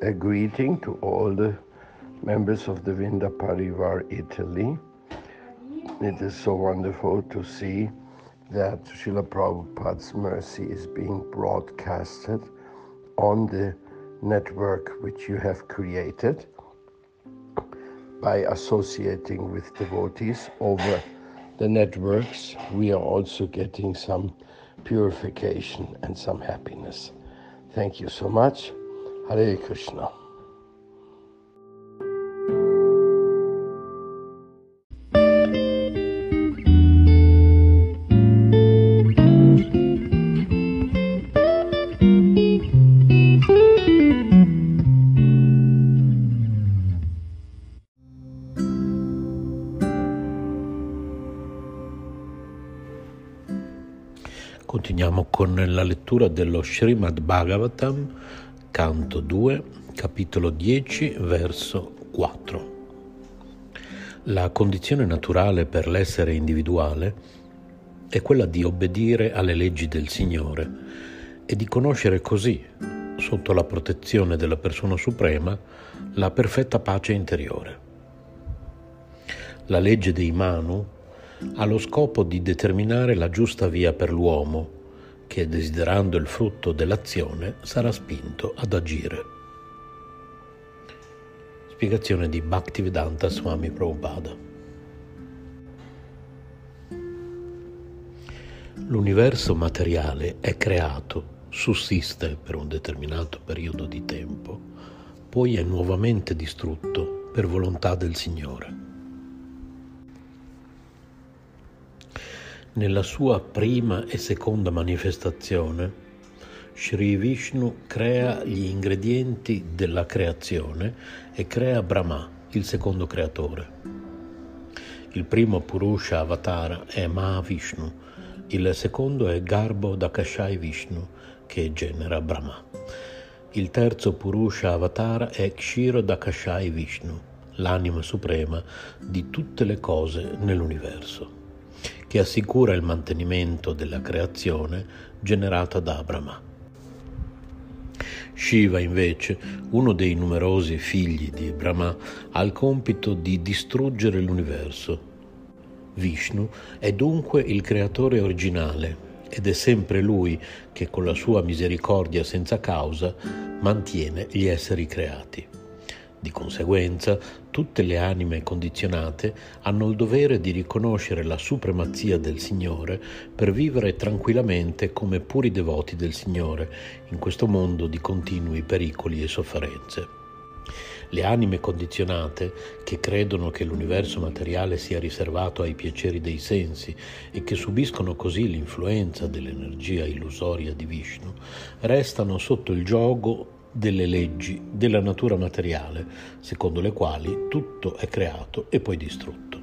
a greeting to all the members of the Vrinda Parivar Italy. It is so wonderful to see that Srila Prabhupada's mercy is being broadcasted on the network which you have created by associating with devotees over the networks. We are also getting some purification and some happiness. Thank you so much. Hare Krishna. Continuiamo con la lettura dello Srimad Bhagavatam, canto 2, capitolo 10, verso 4. La condizione naturale per l'essere individuale è quella di obbedire alle leggi del Signore e di conoscere così, sotto la protezione della persona suprema, la perfetta pace interiore. La legge dei Manu ha lo scopo di determinare la giusta via per l'uomo che, desiderando il frutto dell'azione, sarà spinto ad agire. Spiegazione di Bhaktivedanta Swami Prabhupada. L'universo materiale è creato, sussiste per un determinato periodo di tempo, poi è nuovamente distrutto per volontà del Signore. Nella sua prima e seconda manifestazione, Shri Vishnu crea gli ingredienti della creazione e crea Brahma, il secondo creatore. Il primo Purusha Avatara è Mahavishnu, il secondo è Garbho Dakashai Vishnu, che genera Brahma. Il terzo Purusha Avatara è Kshiro Dakashai Vishnu, l'anima suprema di tutte le cose nell'universo, che assicura il mantenimento della creazione generata da Brahma. Shiva, invece, uno dei numerosi figli di Brahma, ha il compito di distruggere l'universo. Vishnu è dunque il creatore originale ed è sempre lui che con la sua misericordia senza causa mantiene gli esseri creati. Di conseguenza, tutte le anime condizionate hanno il dovere di riconoscere la supremazia del Signore per vivere tranquillamente come puri devoti del Signore in questo mondo di continui pericoli e sofferenze. Le anime condizionate, che credono che l'universo materiale sia riservato ai piaceri dei sensi e che subiscono così l'influenza dell'energia illusoria di Vishnu, restano sotto il giogo delle leggi della natura materiale, secondo le quali tutto è creato e poi distrutto.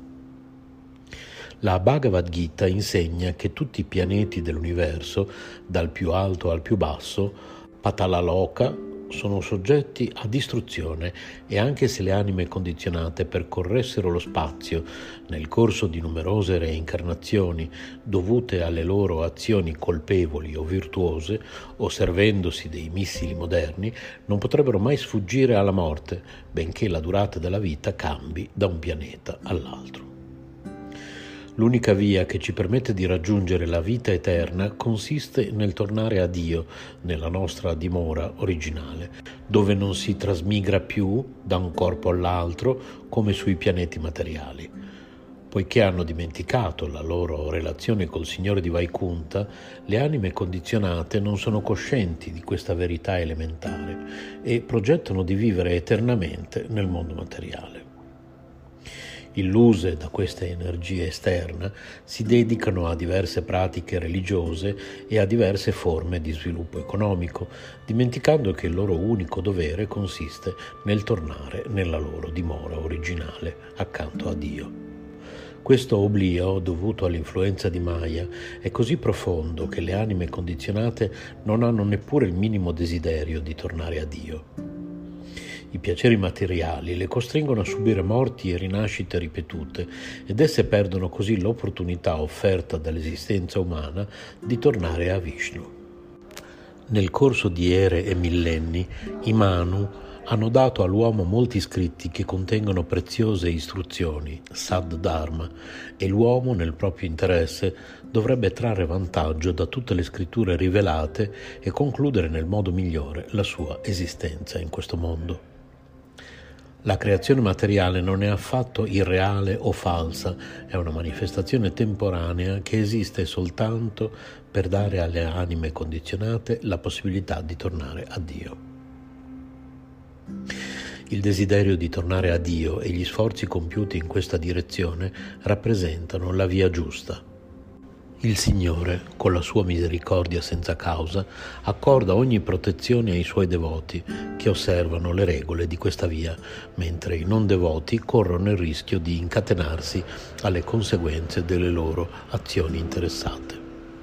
La Bhagavad Gita insegna che tutti i pianeti dell'universo, dal più alto al più basso, Patalaloka, sono soggetti a distruzione e anche se le anime condizionate percorressero lo spazio nel corso di numerose reincarnazioni dovute alle loro azioni colpevoli o virtuose o servendosi dei missili moderni, non potrebbero mai sfuggire alla morte, benché la durata della vita cambi da un pianeta all'altro. L'unica via che ci permette di raggiungere la vita eterna consiste nel tornare a Dio, nella nostra dimora originale, dove non si trasmigra più da un corpo all'altro come sui pianeti materiali. Poiché hanno dimenticato la loro relazione col Signore di Vaikunta, le anime condizionate non sono coscienti di questa verità elementare e progettano di vivere eternamente nel mondo materiale. Illuse da questa energia esterna, si dedicano a diverse pratiche religiose e a diverse forme di sviluppo economico, dimenticando che il loro unico dovere consiste nel tornare nella loro dimora originale, accanto a Dio. Questo oblio, dovuto all'influenza di Maya, è così profondo che le anime condizionate non hanno neppure il minimo desiderio di tornare a Dio. I piaceri materiali le costringono a subire morti e rinascite ripetute ed esse perdono così l'opportunità offerta dall'esistenza umana di tornare a Vishnu. Nel corso di ere e millenni, i Manu hanno dato all'uomo molti scritti che contengono preziose istruzioni, Sad Dharma, e l'uomo, nel proprio interesse, dovrebbe trarre vantaggio da tutte le scritture rivelate e concludere nel modo migliore la sua esistenza in questo mondo. La creazione materiale non è affatto irreale o falsa, è una manifestazione temporanea che esiste soltanto per dare alle anime condizionate la possibilità di tornare a Dio. Il desiderio di tornare a Dio e gli sforzi compiuti in questa direzione rappresentano la via giusta. Il Signore, con la sua misericordia senza causa, accorda ogni protezione ai suoi devoti che osservano le regole di questa via, mentre i non devoti corrono il rischio di incatenarsi alle conseguenze delle loro azioni interessate.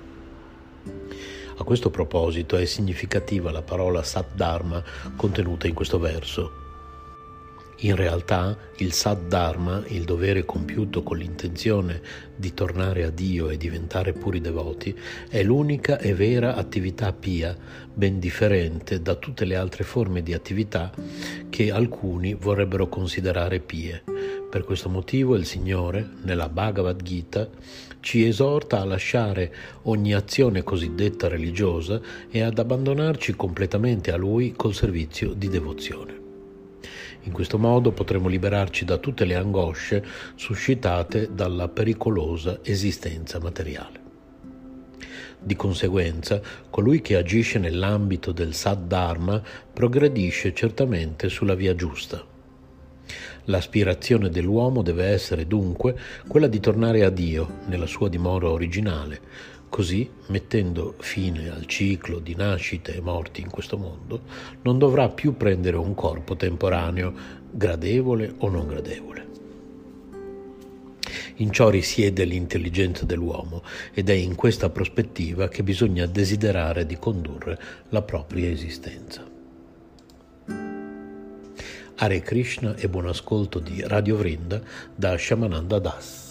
A questo proposito è significativa la parola Sat Dharma contenuta in questo verso. In realtà il Sat Dharma, il dovere compiuto con l'intenzione di tornare a Dio e diventare puri devoti, è l'unica e vera attività pia, ben differente da tutte le altre forme di attività che alcuni vorrebbero considerare pie. Per questo motivo il Signore, nella Bhagavad Gita, ci esorta a lasciare ogni azione cosiddetta religiosa e ad abbandonarci completamente a Lui col servizio di devozione. In questo modo potremo liberarci da tutte le angosce suscitate dalla pericolosa esistenza materiale. Di conseguenza, colui che agisce nell'ambito del Sat Dharma progredisce certamente sulla via giusta. L'aspirazione dell'uomo deve essere dunque quella di tornare a Dio nella sua dimora originale, così, mettendo fine al ciclo di nascite e morti in questo mondo, non dovrà più prendere un corpo temporaneo, gradevole o non gradevole. In ciò risiede l'intelligenza dell'uomo ed è in questa prospettiva che bisogna desiderare di condurre la propria esistenza. Hare Krishna e buon ascolto di Radio Vrinda da Shamananda Das.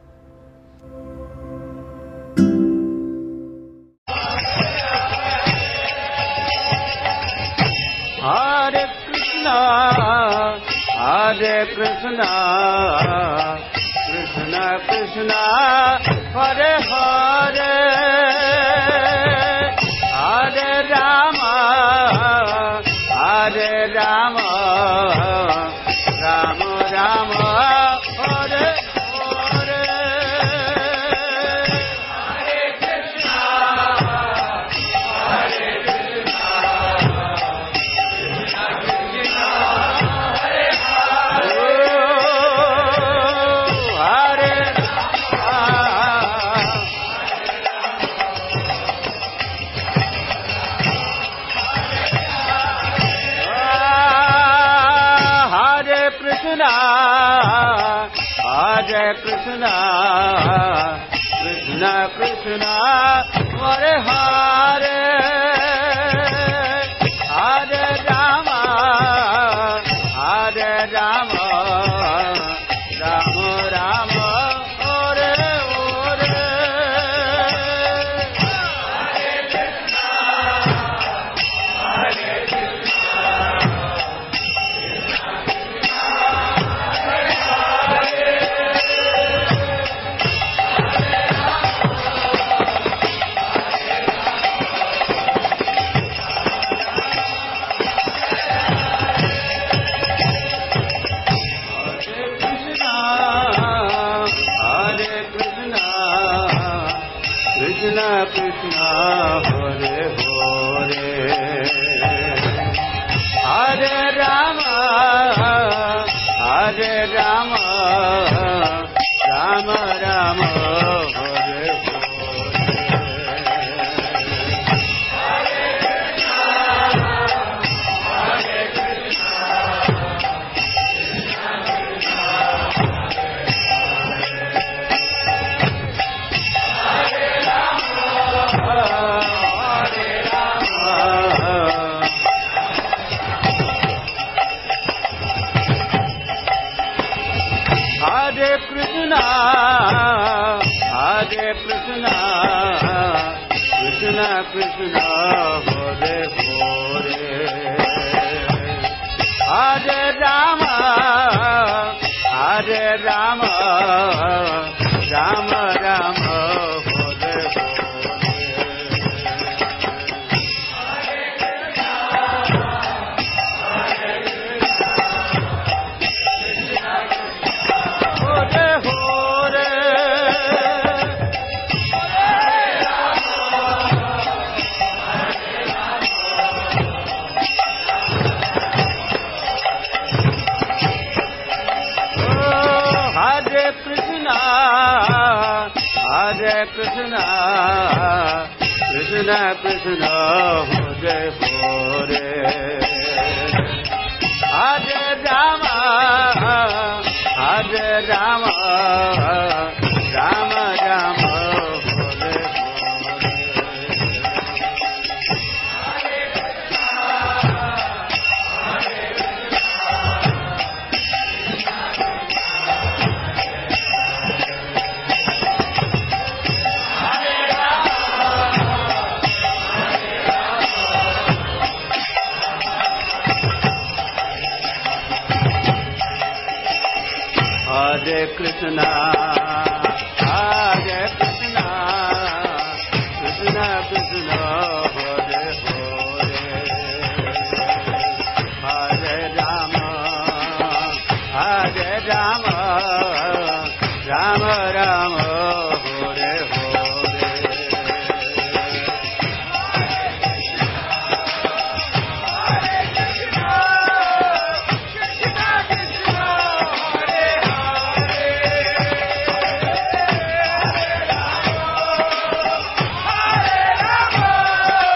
Hare Krishna, Krishna Krishna, Hare Hare, Hare Rama, Hare Rama, Rama Rama, Hare Hare. Hare Krishna, Hare Krishna, Krishna Krishna, Hare Hare, Hare Krishna, Hare Krishna, Krishna Krishna, Hare Hare, Hare Rama, Hare Rama, Rama Rama, Hare Hare. Hare Krishna, Hare Krishna, Krishna Krishna, Hare Hare, Hare Rama, Hare Rama, Rama Rama, Hare Krishna Hare Hare Hare Rama Hare Rama Rama Rama Hare Krishna, Krishna Krishna, Hare Hare, Hare Rama, Hare Rama, Rama Rama, Hare Hare Krishna, Hare Krishna, Krishna Krishna, Hare Hare, Hare Rama, Hare Rama, Rama Rama, Hare Hare.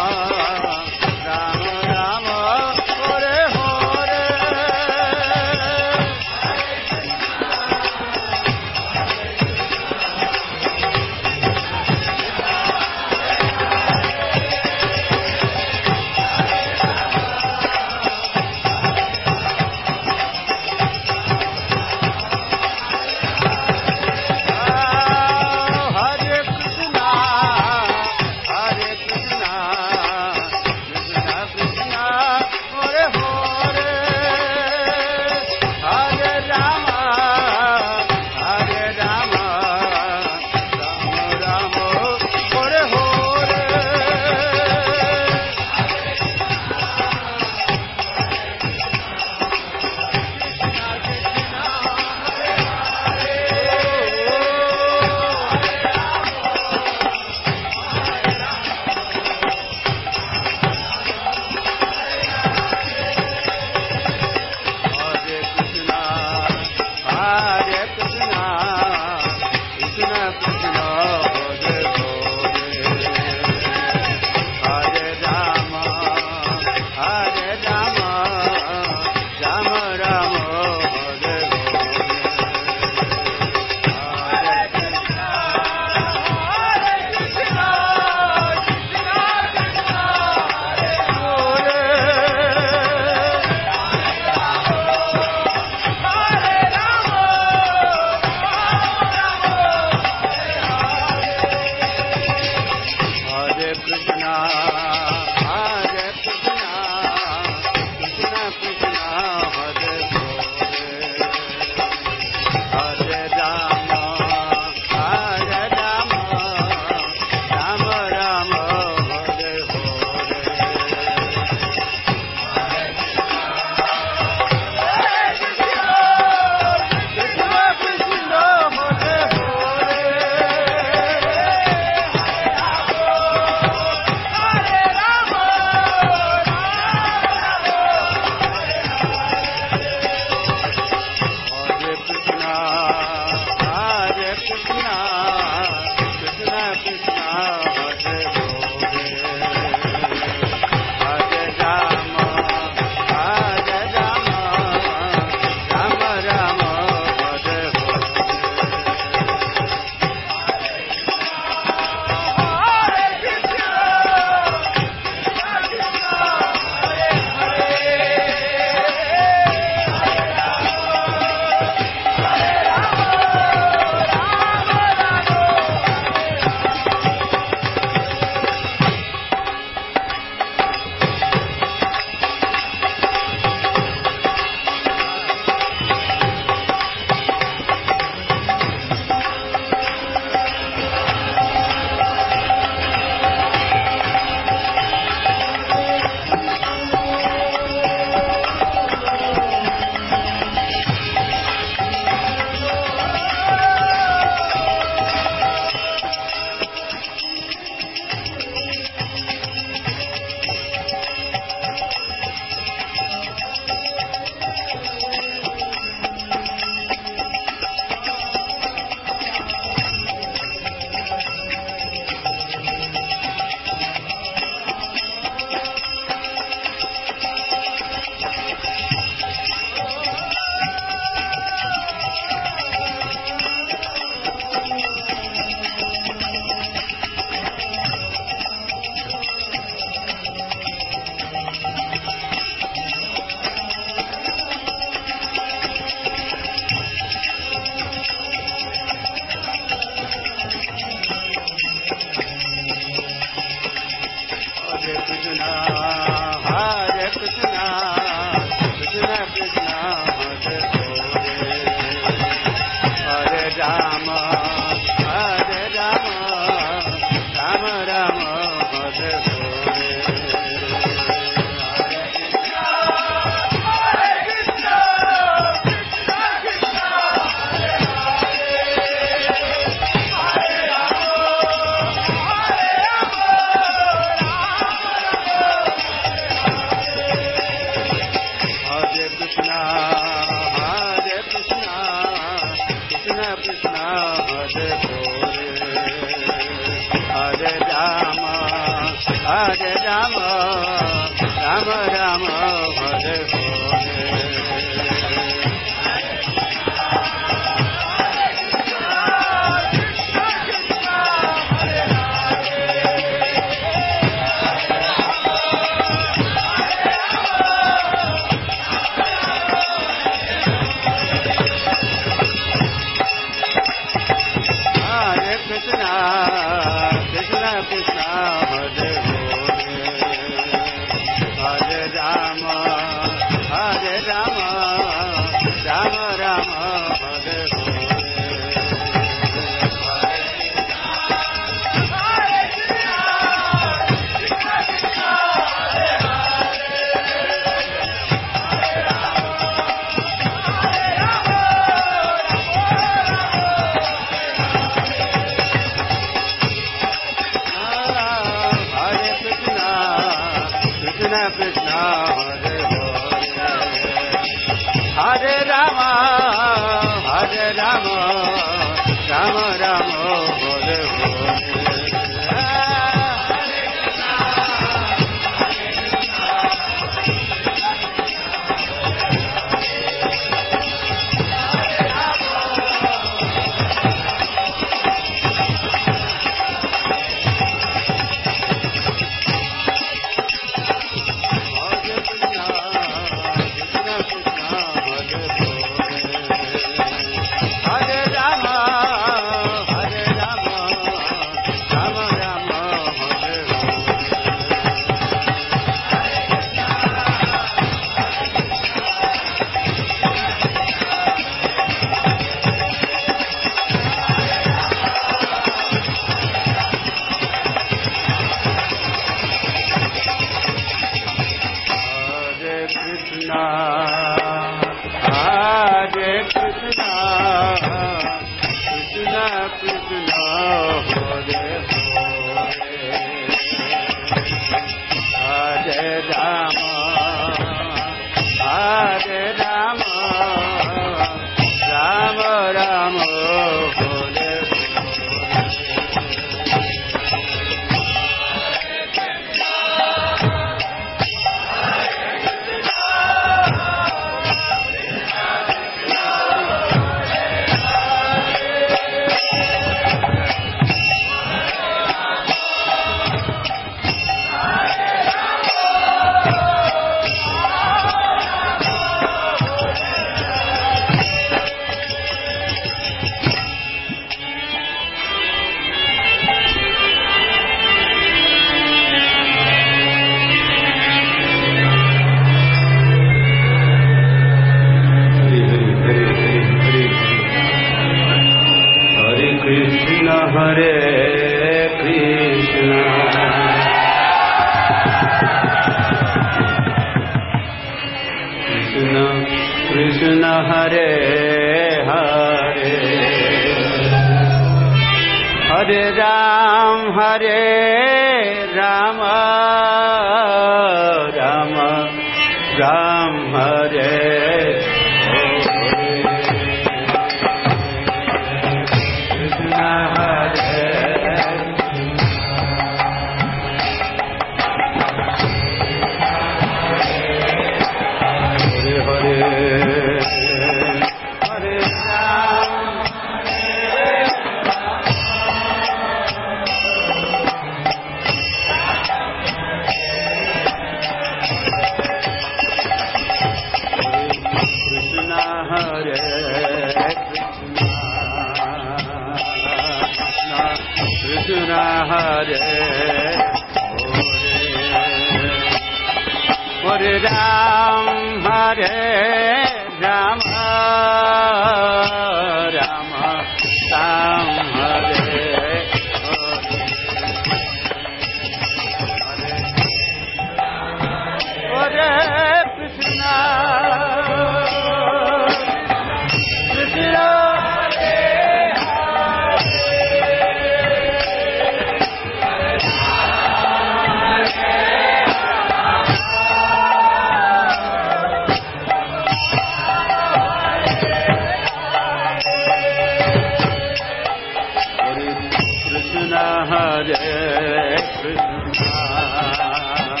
Hare Krishna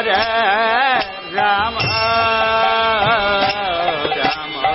Hare Rama Rama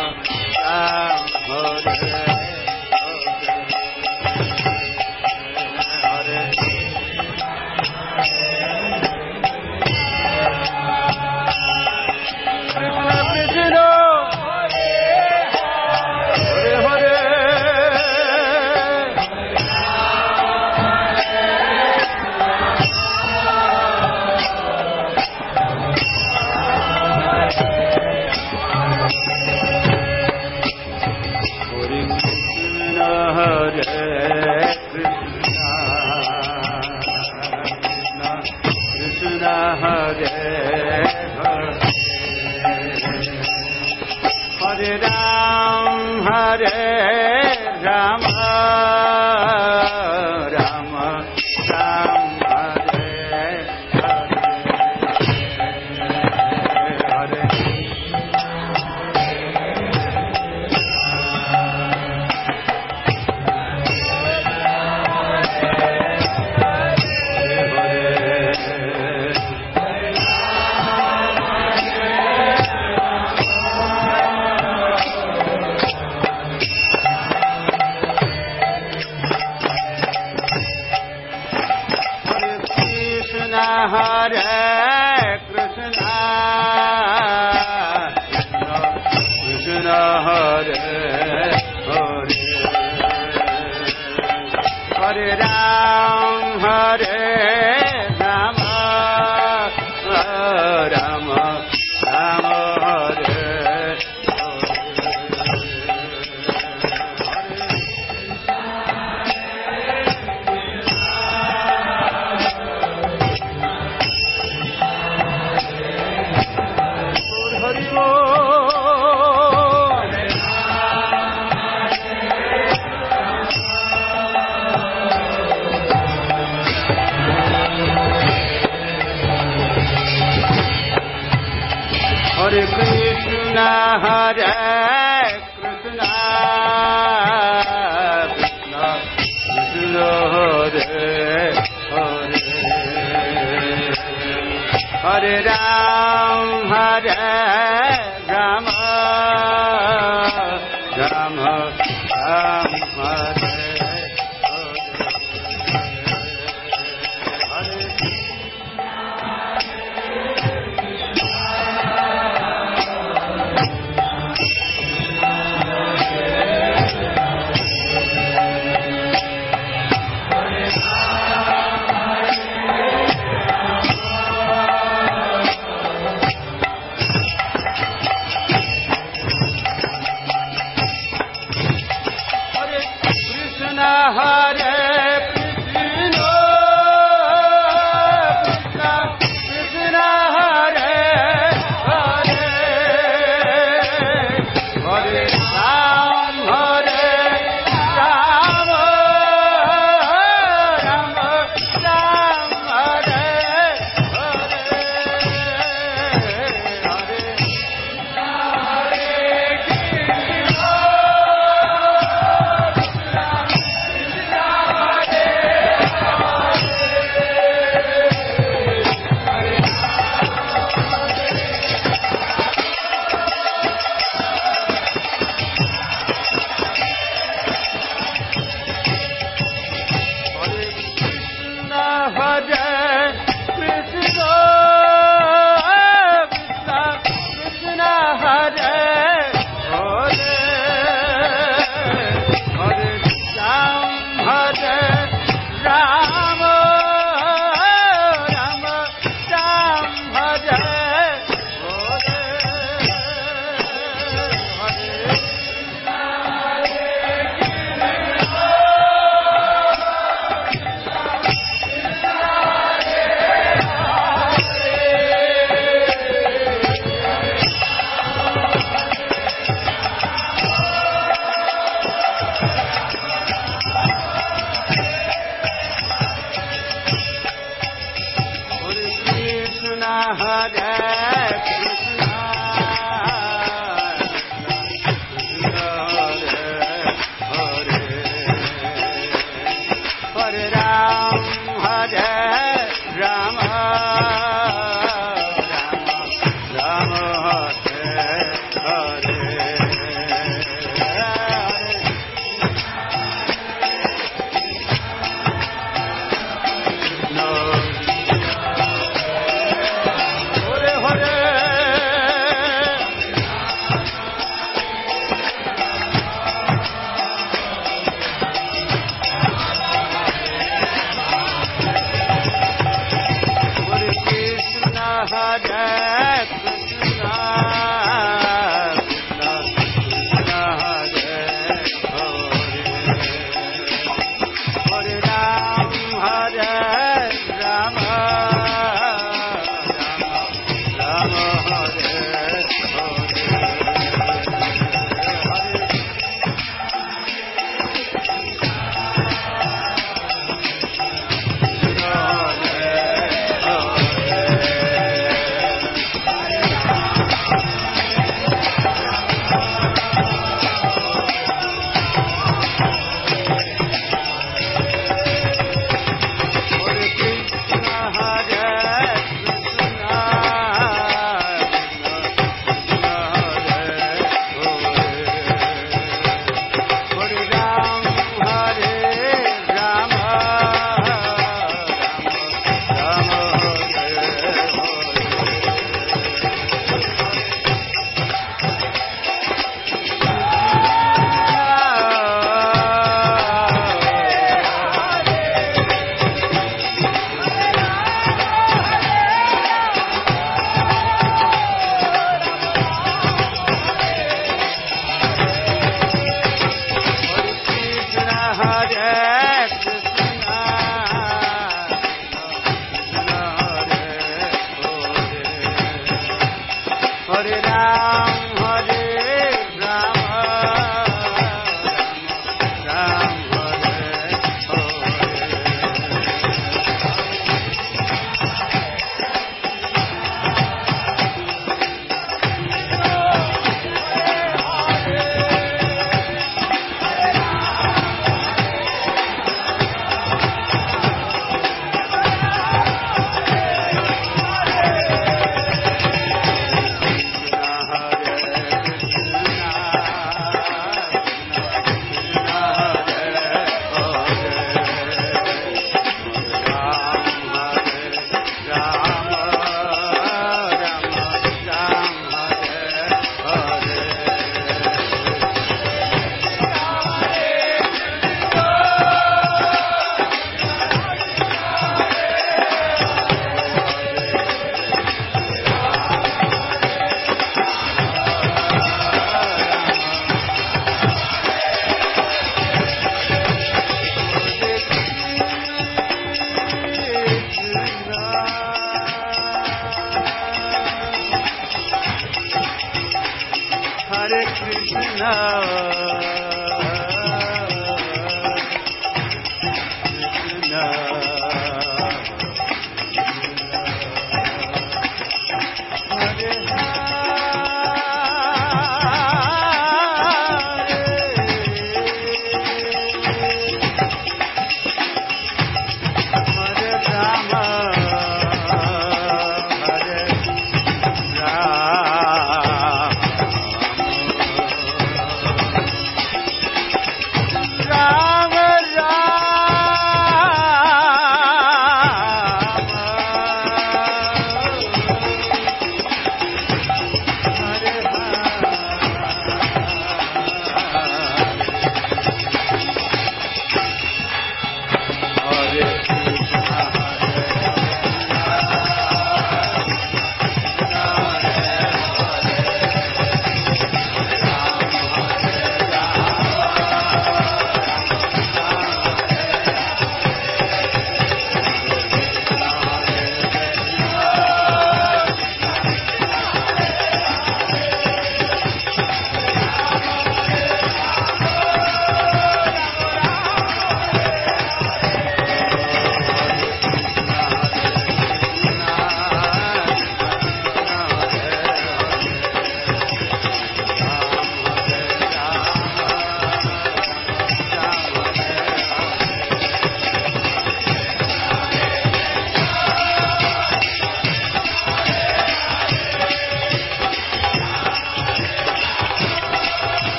Hare Rama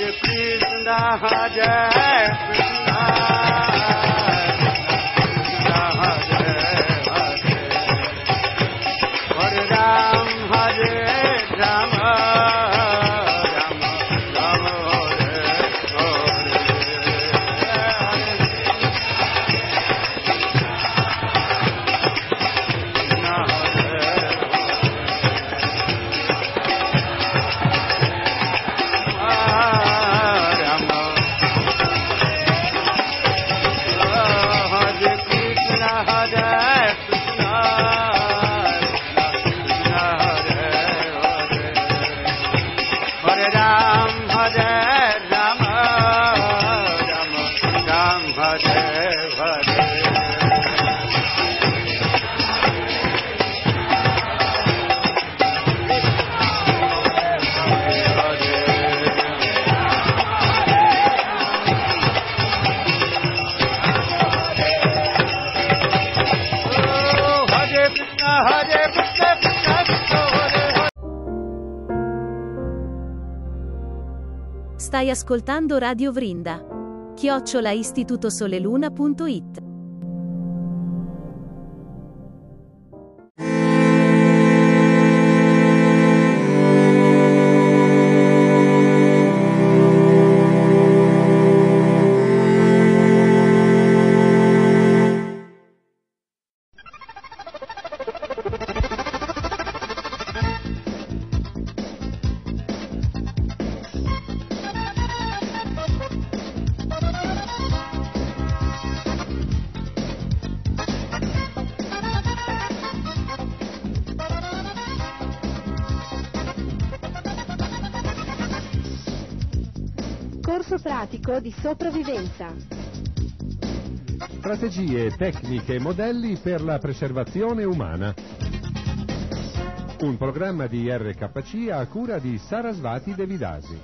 Stai ascoltando Radio Vrinda. @istitutosoleluna.it. Corso pratico di sopravvivenza. Strategie, tecniche e modelli per la preservazione umana. Un programma di RKC a cura di Sarasvati Devidasi.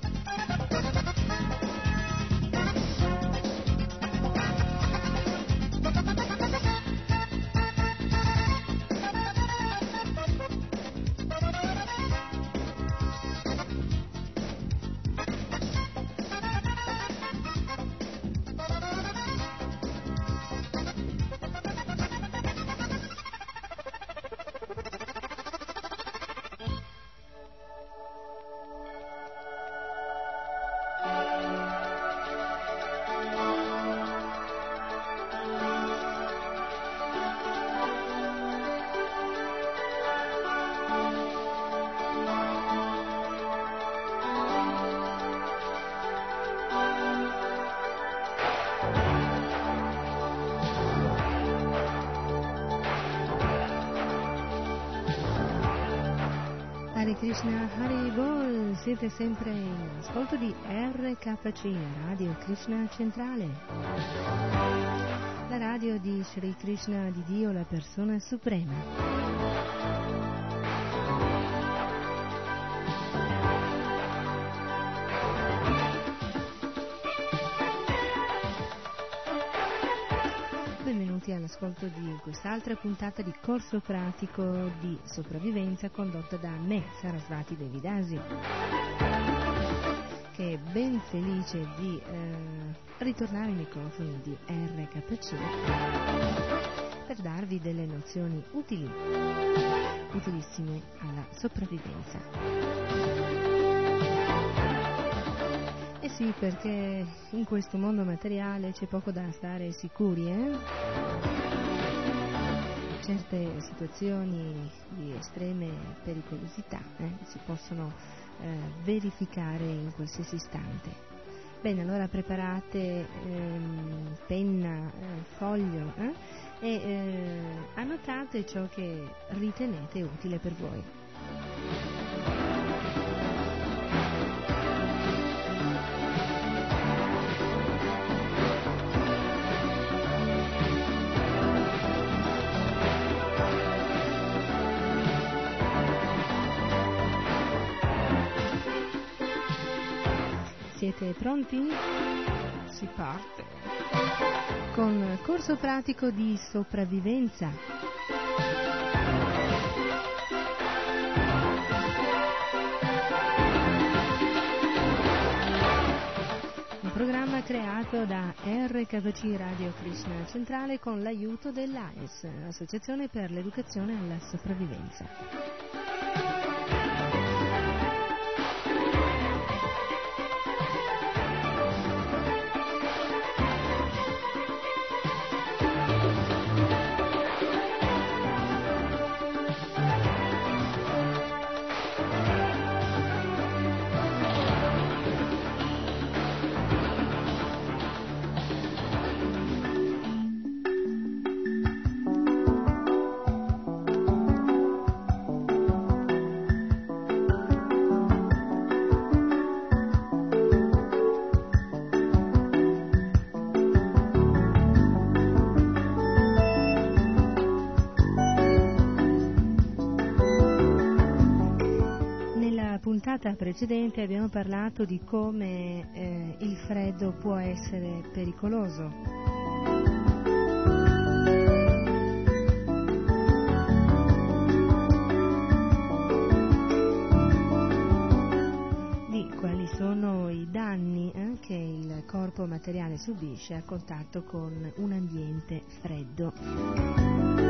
Hare Krishna, Hare Bol, siete sempre in ascolto di RKC, Radio Krishna Centrale, la radio di Shri Krishna, di Dio, la persona suprema. Benvenuti all'ascolto di quest'altra puntata di corso pratico di sopravvivenza condotta da me, Sarasvati Devidasi, che è ben felice di ritornare ai microfoni di RKC per darvi delle nozioni utili, utilissime alla sopravvivenza. Eh sì, perché in questo mondo materiale c'è poco da stare sicuri, Certe situazioni di estreme pericolosità si possono verificare in qualsiasi istante. Bene, allora preparate penna, foglio e annotate ciò che ritenete utile per voi. Siete pronti? Si parte con corso pratico di sopravvivenza. programma creato da RKC Radio Krishna Centrale con l'aiuto dell'AES, Associazione per l'Educazione alla Sopravvivenza. Precedente abbiamo parlato di come il freddo può essere pericoloso. Di quali sono i danni che il corpo materiale subisce a contatto con un ambiente freddo.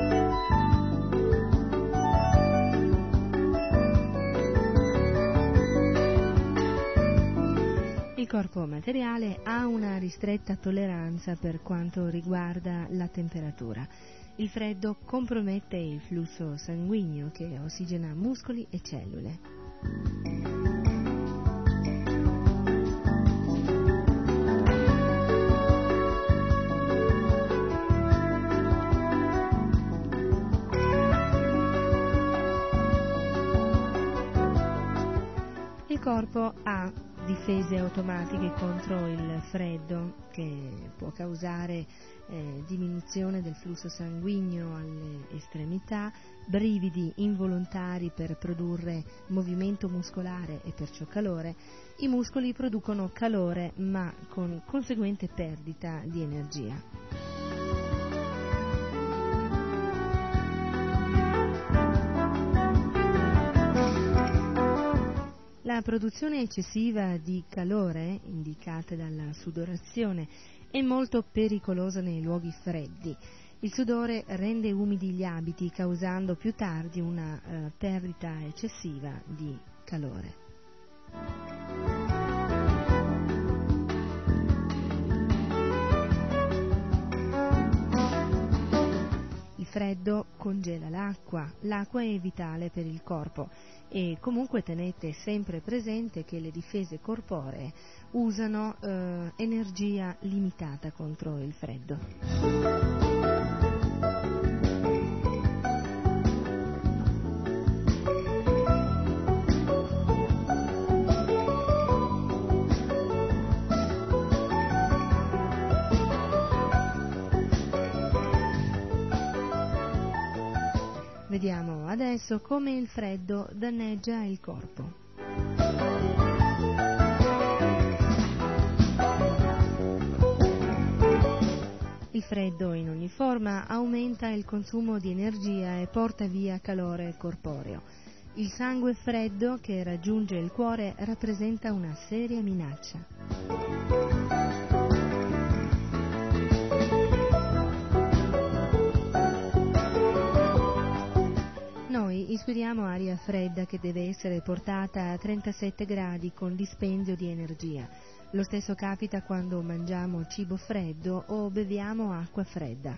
Il corpo materiale ha una ristretta tolleranza per quanto riguarda la temperatura. Il freddo compromette il flusso sanguigno che ossigena muscoli e cellule. Il corpo ha difese automatiche contro il freddo che può causare diminuzione del flusso sanguigno alle estremità, brividi involontari per produrre movimento muscolare e perciò calore. I muscoli producono calore ma con conseguente perdita di energia. La produzione eccessiva di calore, indicata dalla sudorazione, è molto pericolosa nei luoghi freddi. Il sudore rende umidi gli abiti, causando più tardi una perdita eccessiva di calore. Il freddo congela l'acqua. L'acqua è vitale per il corpo e comunque tenete sempre presente che le difese corporee usano energia limitata contro il freddo. Vediamo adesso come il freddo danneggia il corpo. Il freddo in ogni forma aumenta il consumo di energia e porta via calore corporeo. Il sangue freddo che raggiunge il cuore rappresenta una seria minaccia. Noi ispiriamo aria fredda che deve essere portata a 37 gradi con dispendio di energia. Lo stesso capita quando mangiamo cibo freddo o beviamo acqua fredda.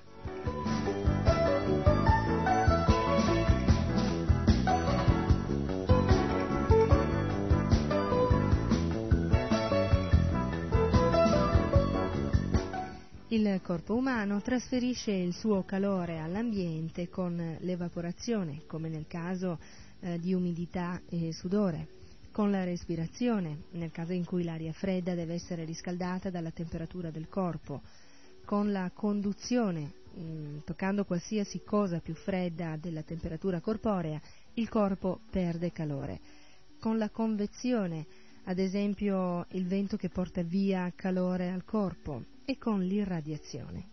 Il corpo umano trasferisce il suo calore all'ambiente con l'evaporazione, come nel caso di umidità e sudore, con la respirazione, nel caso in cui l'aria fredda deve essere riscaldata dalla temperatura del corpo, con la conduzione, toccando qualsiasi cosa più fredda della temperatura corporea, il corpo perde calore, con la convezione, ad esempio il vento che porta via calore al corpo, e con l'irradiazione.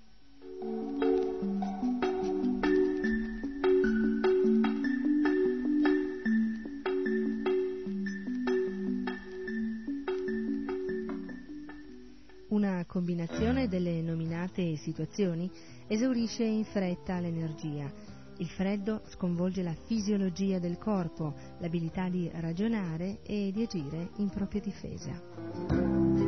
la combinazione delle nominate situazioni esaurisce in fretta l'energia. Il freddo sconvolge la fisiologia del corpo, l'abilità di ragionare e di agire in propria difesa.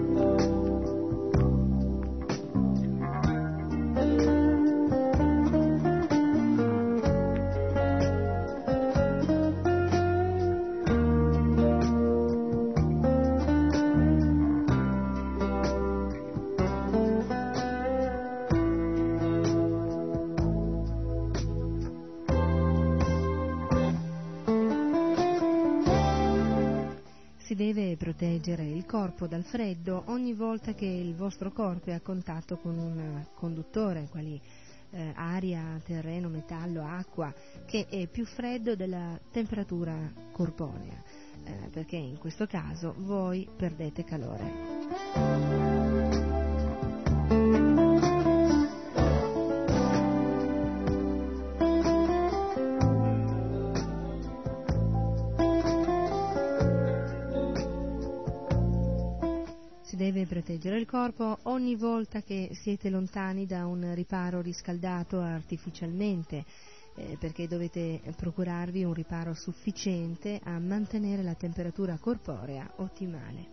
Si deve proteggere il corpo dal freddo ogni volta che il vostro corpo è a contatto con un conduttore, quali aria, terreno, metallo, acqua, che è più freddo della temperatura corporea, perché in questo caso voi perdete calore. Deve proteggere il corpo ogni volta che siete lontani da un riparo riscaldato artificialmente, perché dovete procurarvi un riparo sufficiente a mantenere la temperatura corporea ottimale.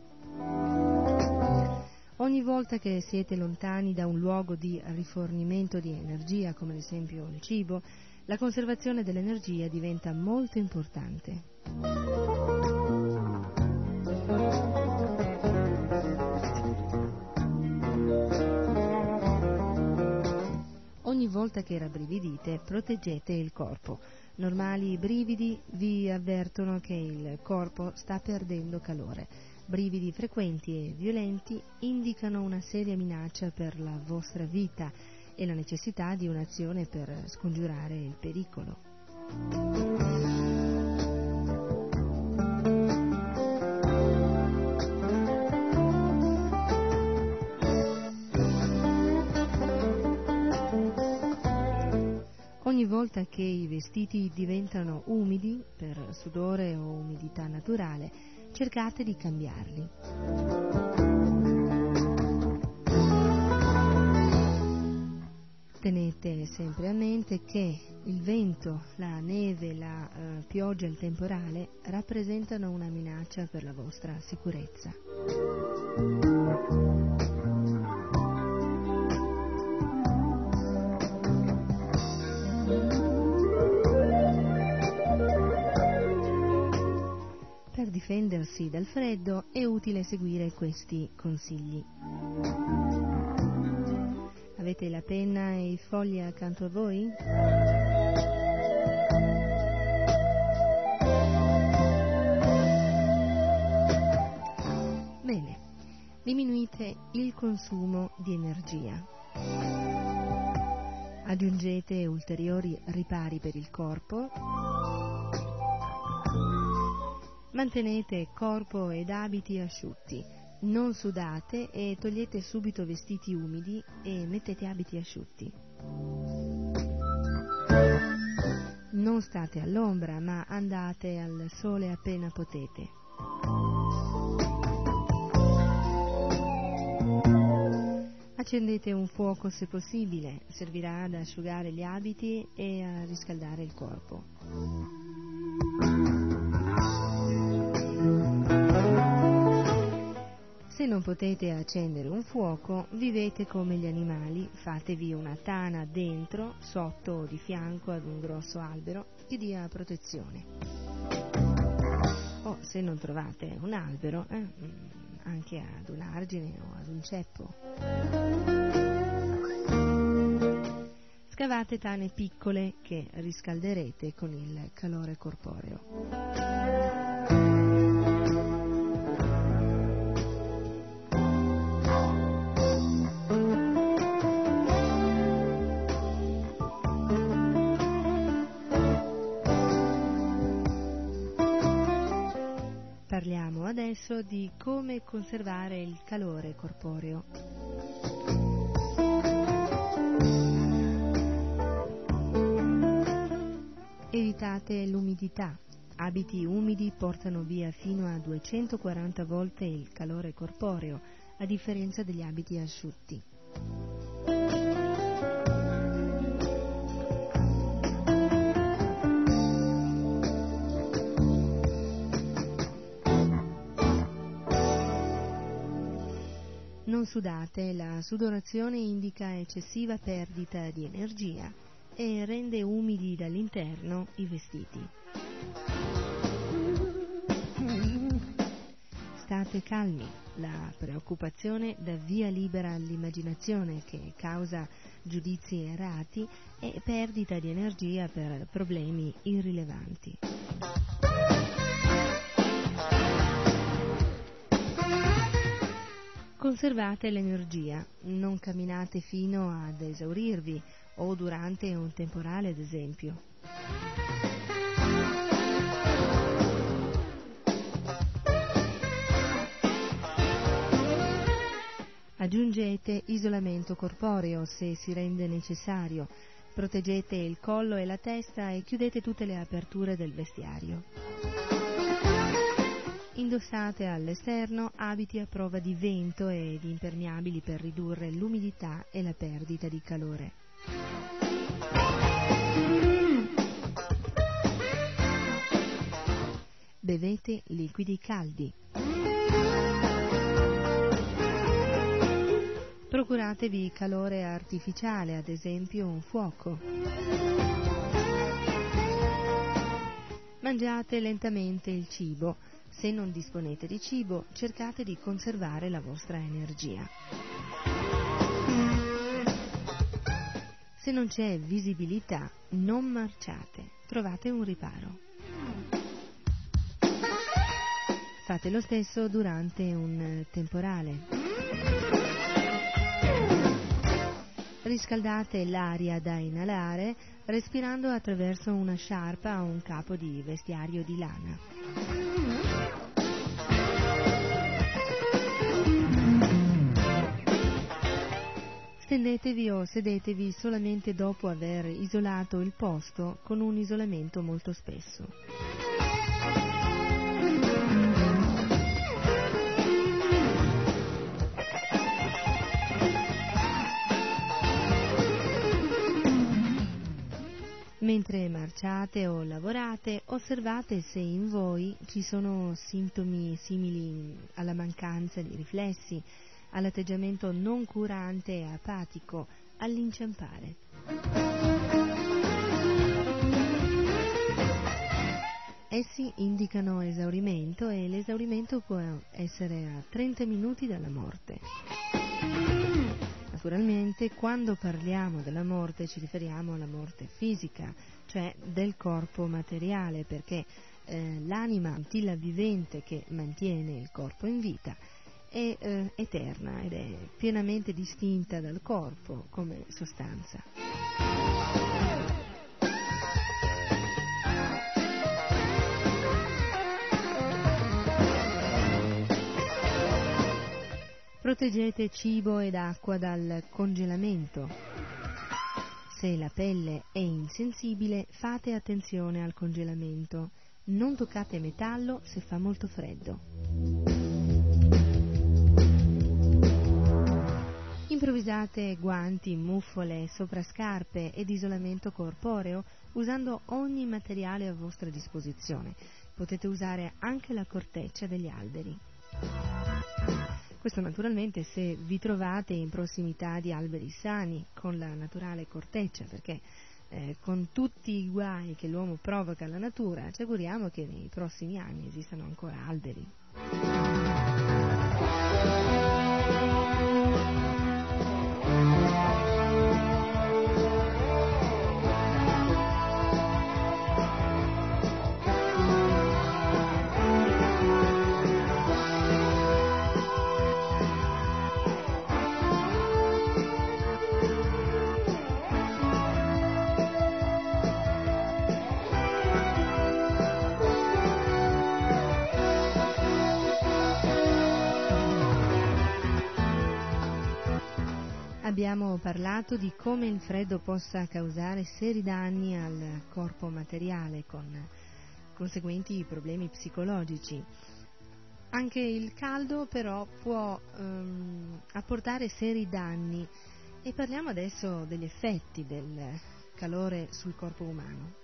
Ogni volta che siete lontani da un luogo di rifornimento di energia, come ad esempio il cibo, la conservazione dell'energia diventa molto importante. Ogni volta che rabbrividite, proteggete il corpo. Normali brividi vi avvertono che il corpo sta perdendo calore. Brividi frequenti e violenti indicano una seria minaccia per la vostra vita e la necessità di un'azione per scongiurare il pericolo. Ogni volta che i vestiti diventano umidi per sudore o umidità naturale, cercate di cambiarli. Tenete sempre a mente che il vento, la neve, la pioggia e il temporale rappresentano una minaccia per la vostra sicurezza. Per difendersi dal freddo è utile seguire questi consigli. Avete la penna e i fogli accanto a voi? Bene, diminuite il consumo di energia. Aggiungete ulteriori ripari per il corpo. Mantenete corpo ed abiti asciutti, non sudate e togliete subito vestiti umidi e mettete abiti asciutti. Non state all'ombra, ma andate al sole appena potete. Accendete un fuoco se possibile, servirà ad asciugare gli abiti e a riscaldare il corpo. Se non potete accendere un fuoco, vivete come gli animali, fatevi una tana dentro, sotto o di fianco ad un grosso albero che dia protezione. O se non trovate un albero, anche ad un argine o ad un ceppo. Scavate tane piccole che riscalderete con il calore corporeo. Parliamo adesso di come conservare il calore corporeo. Evitate l'umidità. Abiti umidi portano via fino a 240 volte il calore corporeo, a differenza degli abiti asciutti. Non sudate, la sudorazione indica eccessiva perdita di energia e rende umidi dall'interno i vestiti. State calmi, la preoccupazione dà via libera all'immaginazione che causa giudizi errati e perdita di energia per problemi irrilevanti. Conservate l'energia, non camminate fino ad esaurirvi o durante un temporale, ad esempio. Aggiungete isolamento corporeo se si rende necessario, proteggete il collo e la testa e chiudete tutte le aperture del vestiario. Indossate all'esterno abiti a prova di vento ed impermeabili per ridurre l'umidità e la perdita di calore. Bevete liquidi caldi. Procuratevi calore artificiale, ad esempio un fuoco. Mangiate lentamente il cibo. Se non disponete di cibo, cercate di conservare la vostra energia. Se non c'è visibilità, non marciate, trovate un riparo. Fate lo stesso durante un temporale. Riscaldate l'aria da inalare respirando attraverso una sciarpa o un capo di vestiario di lana. Stendetevi o sedetevi solamente dopo aver isolato il posto con un isolamento molto spesso. Mentre marciate o lavorate, osservate se in voi ci sono sintomi simili alla mancanza di riflessi, all'atteggiamento non curante e apatico, all'inciampare. Essi indicano esaurimento e l'esaurimento può essere a 30 minuti dalla morte. Naturalmente, quando parliamo della morte ci riferiamo alla morte fisica, cioè del corpo materiale, perché l'anima antilla vivente che mantiene il corpo in vita è eterna ed è pienamente distinta dal corpo come sostanza. Proteggete cibo ed acqua dal congelamento. Se la pelle è insensibile, fate attenzione al congelamento. Non toccate metallo se fa molto freddo. Improvvisate guanti, muffole, soprascarpe ed isolamento corporeo usando ogni materiale a vostra disposizione. Potete usare anche la corteccia degli alberi. Questo naturalmente se vi trovate in prossimità di alberi sani, con la naturale corteccia, perché con tutti i guai che l'uomo provoca alla natura, ci auguriamo che nei prossimi anni esistano ancora alberi. Abbiamo parlato di come il freddo possa causare seri danni al corpo materiale con conseguenti problemi psicologici. Anche il caldo però può apportare seri danni. E parliamo adesso degli effetti del calore sul corpo umano.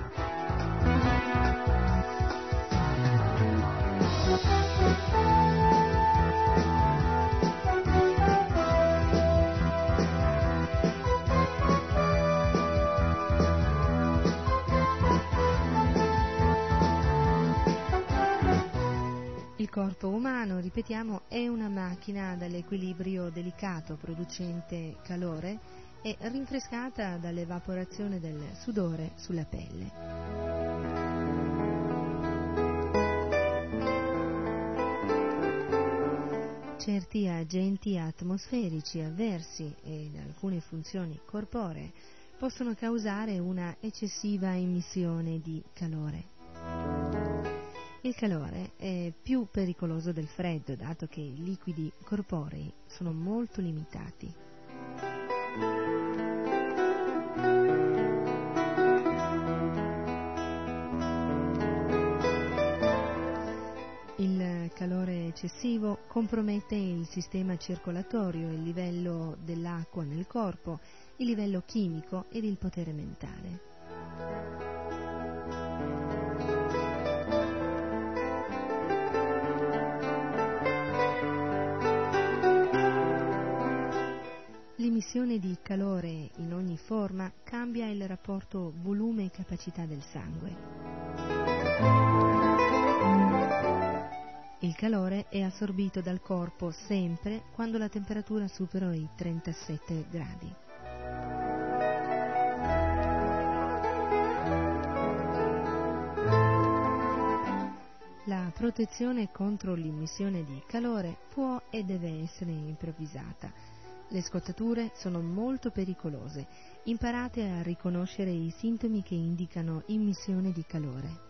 Il corpo umano, ripetiamo, è una macchina dall'equilibrio delicato producente calore e rinfrescata dall'evaporazione del sudore sulla pelle. Certi agenti atmosferici avversi ed alcune funzioni corporee possono causare una eccessiva emissione di calore. Il calore è più pericoloso del freddo, dato che i liquidi corporei sono molto limitati. Il calore eccessivo compromette il sistema circolatorio, il livello dell'acqua nel corpo, il livello chimico ed il potere mentale. L'emissione di calore in ogni forma cambia il rapporto volume e capacità del sangue. Il calore è assorbito dal corpo sempre quando la temperatura supera i 37 gradi. La protezione contro l'immissione di calore può e deve essere improvvisata. Le scottature sono molto pericolose. Imparate a riconoscere i sintomi che indicano immissione di calore.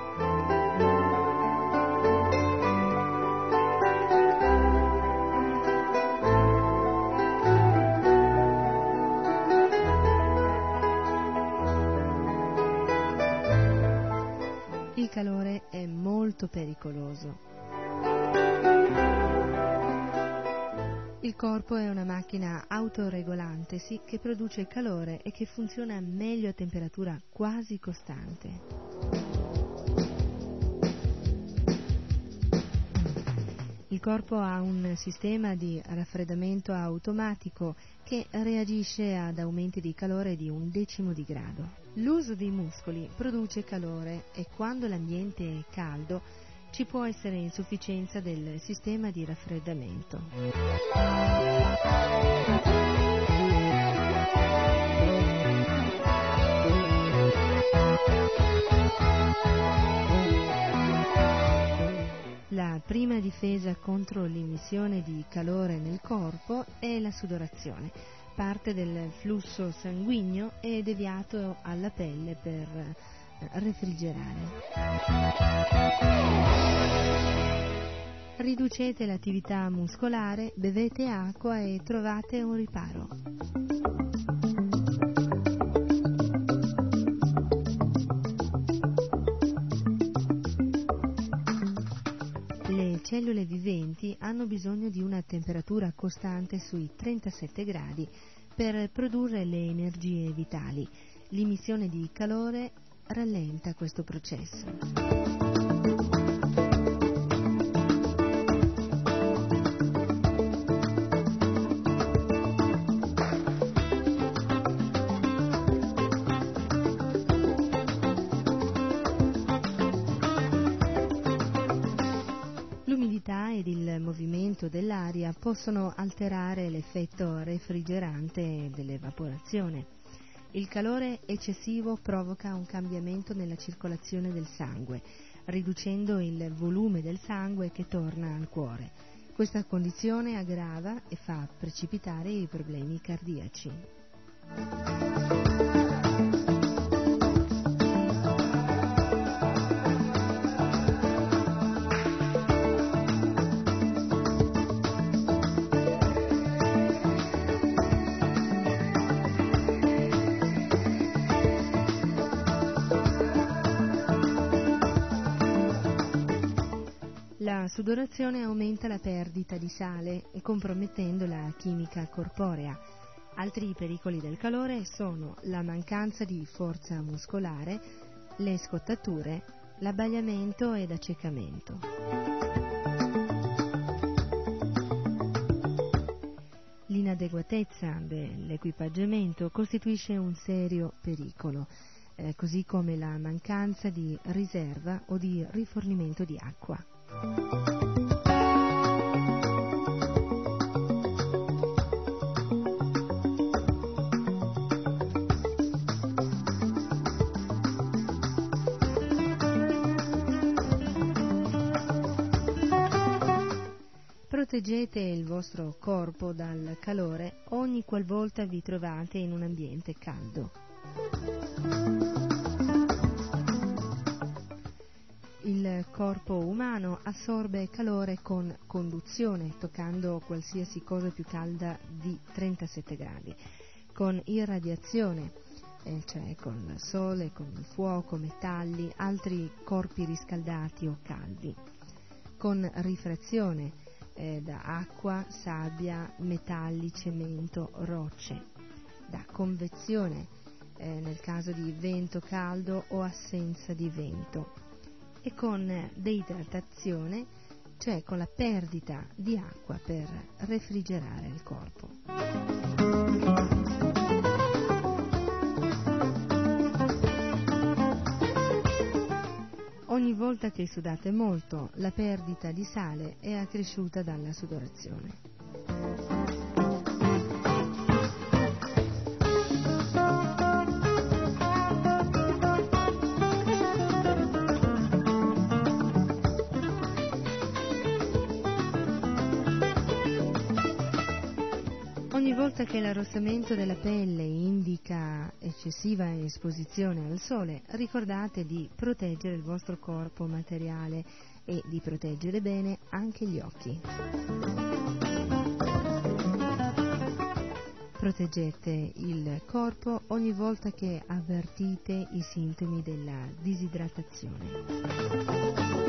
Il calore è molto pericoloso. Il corpo è una macchina autoregolantesi che produce calore e che funziona meglio a temperatura quasi costante. Il corpo ha un sistema di raffreddamento automatico che reagisce ad aumenti di calore di 1/10 di grado. L'uso dei muscoli produce calore e quando l'ambiente è caldo ci può essere insufficienza del sistema di raffreddamento. La prima difesa contro l'immissione di calore nel corpo è la sudorazione. Parte del flusso sanguigno è deviato alla pelle per refrigerare. Riducete l'attività muscolare, bevete acqua e trovate un riparo. Le cellule viventi hanno bisogno di una temperatura costante sui 37 gradi per produrre le energie vitali. L'immissione di calore rallenta questo processo. L'umidità ed il movimento dell'aria possono alterare l'effetto refrigerante dell'evaporazione. Il calore eccessivo provoca un cambiamento nella circolazione del sangue, riducendo il volume del sangue che torna al cuore. Questa condizione aggrava e fa precipitare i problemi cardiaci. La sudorazione aumenta la perdita di sale, compromettendo la chimica corporea. Altri pericoli del calore sono la mancanza di forza muscolare, le scottature, l'abbagliamento ed accecamento. L'inadeguatezza dell'equipaggiamento costituisce un serio pericolo, così come la mancanza di riserva o di rifornimento di acqua. Proteggete il vostro corpo dal calore ogni qualvolta vi trovate in un ambiente caldo. Il corpo umano assorbe calore con conduzione, toccando qualsiasi cosa più calda di 37 gradi, con irradiazione, cioè con il sole, con il fuoco, metalli, altri corpi riscaldati o caldi, con rifrazione, da acqua, sabbia, metalli, cemento, rocce, da convezione, nel caso di vento caldo o assenza di vento, e con deidratazione, cioè con la perdita di acqua per refrigerare il corpo. Ogni volta che sudate molto, la perdita di sale è accresciuta dalla sudorazione. Ogni volta che l'arrossamento della pelle indica eccessiva esposizione al sole, ricordate di proteggere il vostro corpo materiale e di proteggere bene anche gli occhi. Proteggete il corpo ogni volta che avvertite i sintomi della disidratazione.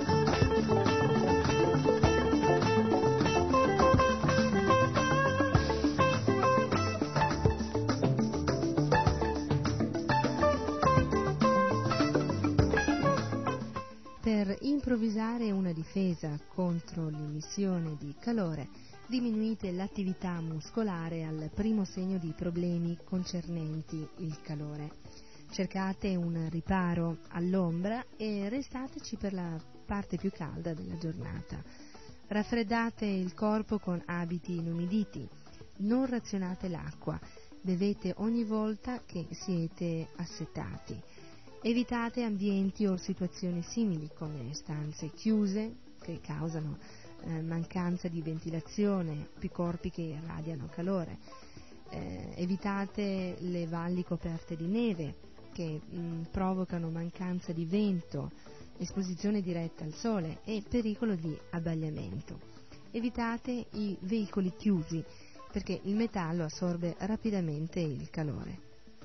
Per improvvisare una difesa contro l'emissione di calore, diminuite l'attività muscolare al primo segno di problemi concernenti il calore. Cercate un riparo all'ombra e restateci per la parte più calda della giornata. Raffreddate il corpo con abiti inumiditi. Non razionate l'acqua. Bevete ogni volta che siete assetati. Evitate ambienti o situazioni simili come stanze chiuse che causano mancanza di ventilazione, più corpi che irradiano calore. Evitate le valli coperte di neve che provocano mancanza di vento, esposizione diretta al sole e pericolo di abbagliamento. Evitate i veicoli chiusi perché il metallo assorbe rapidamente il calore.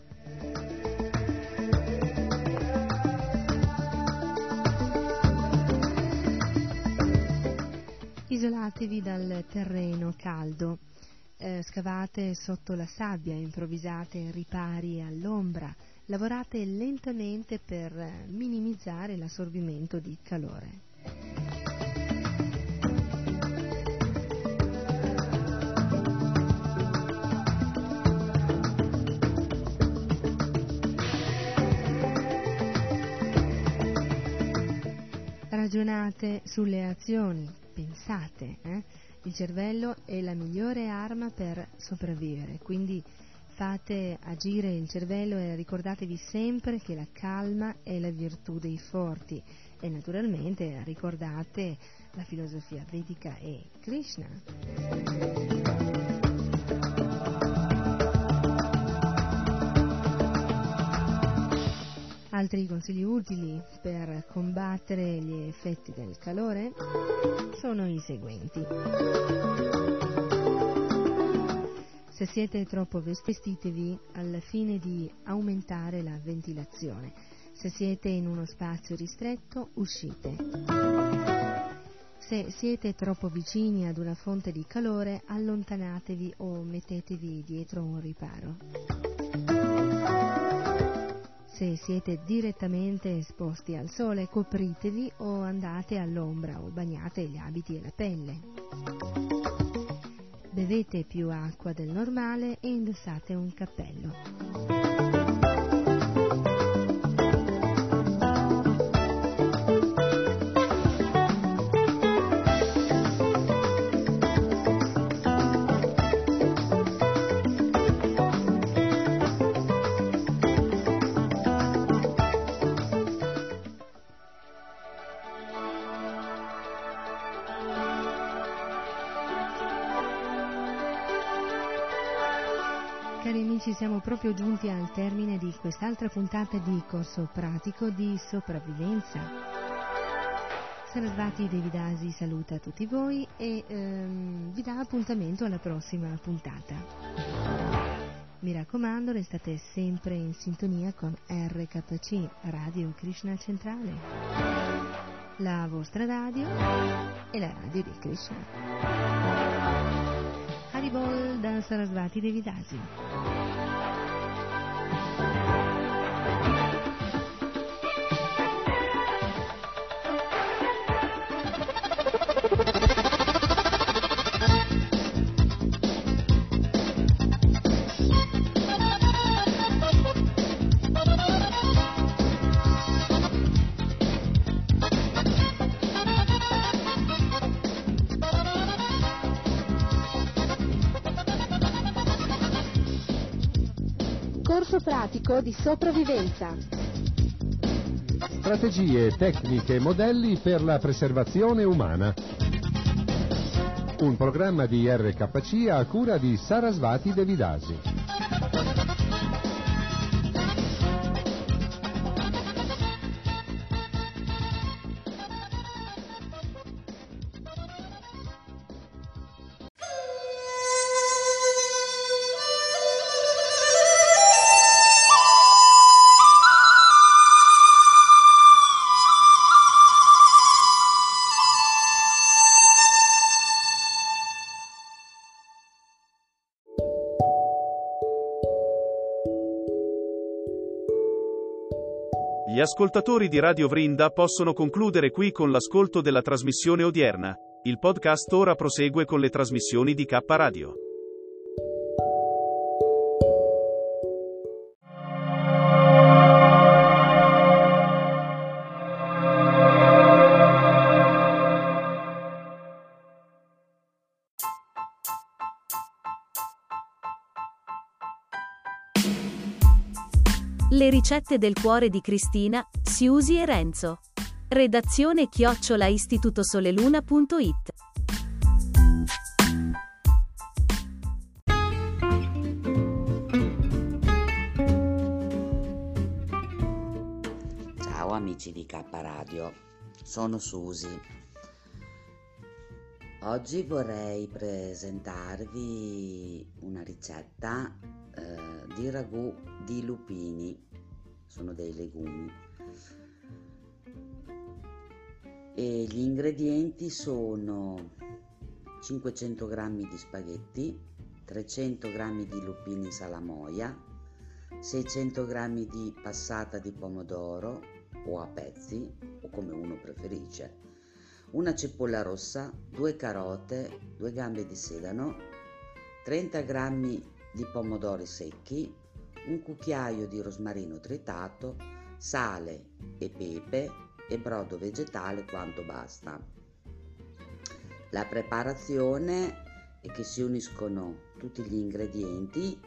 Isolatevi dal terreno caldo, scavate sotto la sabbia, improvvisate ripari all'ombra, lavorate lentamente per minimizzare l'assorbimento di calore. Ragionate sulle azioni, pensate, il cervello è la migliore arma per sopravvivere, quindi fate agire il cervello e ricordatevi sempre che la calma è la virtù dei forti e naturalmente ricordate la filosofia vedica e Krishna. Altri consigli utili per combattere gli effetti del calore sono i seguenti. Se siete troppo vestitevi al fine di aumentare la ventilazione. Se siete in uno spazio ristretto, uscite. Se siete troppo vicini ad una fonte di calore, allontanatevi o mettetevi dietro un riparo. Se siete direttamente esposti al sole, copritevi o andate all'ombra o bagnate gli abiti e la pelle. Bevete più acqua del normale e indossate un cappello. Cari amici, siamo proprio giunti al termine di quest'altra puntata di Corso Pratico di Sopravvivenza. Sarasvati Devidasi saluta tutti voi e vi dà appuntamento alla prossima puntata. Mi raccomando, restate sempre in sintonia con RKC, Radio Krishna Centrale, la vostra radio e la radio di Krishna. Haribol da Sarasvati Devidasi. Corso pratico di sopravvivenza. Strategie, tecniche e modelli per la preservazione umana. Un programma di RKC a cura di Sarasvati Devidasi. Gli ascoltatori di Radio Vrinda possono concludere qui con l'ascolto della trasmissione odierna. Il podcast ora prosegue con le trasmissioni di K Radio. Le ricette del cuore di Cristina, Siusi e Renzo. Redazione @istitutosoleluna.it. Ciao amici di K Radio, sono Susi. Oggi vorrei presentarvi una ricetta di ragù di lupini, sono dei legumi, e gli ingredienti sono 500 g di spaghetti, 300 g di lupini salamoia, 600 g di passata di pomodoro o a pezzi o come uno preferisce, una cipolla rossa, 2 carote, 2 gambe di sedano, 30 g di pomodori secchi, un cucchiaio di rosmarino tritato, sale e pepe e brodo vegetale quanto basta. La preparazione è che si uniscono tutti gli ingredienti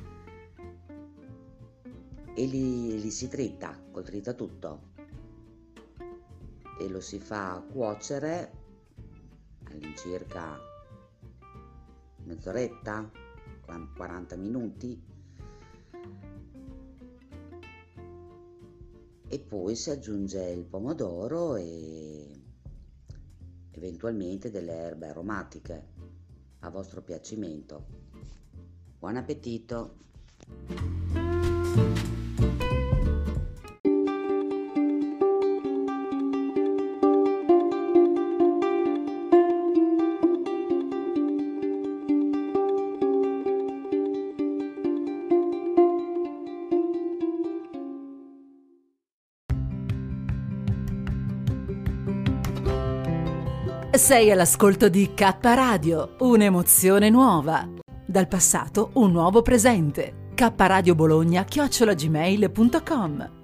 e li si trita col tritatutto e lo si fa cuocere all'incirca mezz'oretta, 40 minuti, e poi si aggiunge il pomodoro e eventualmente delle erbe aromatiche a vostro piacimento. Buon appetito! Sei all'ascolto di K Radio, un'emozione nuova. Dal passato un nuovo presente. kradiobologna@gmail.com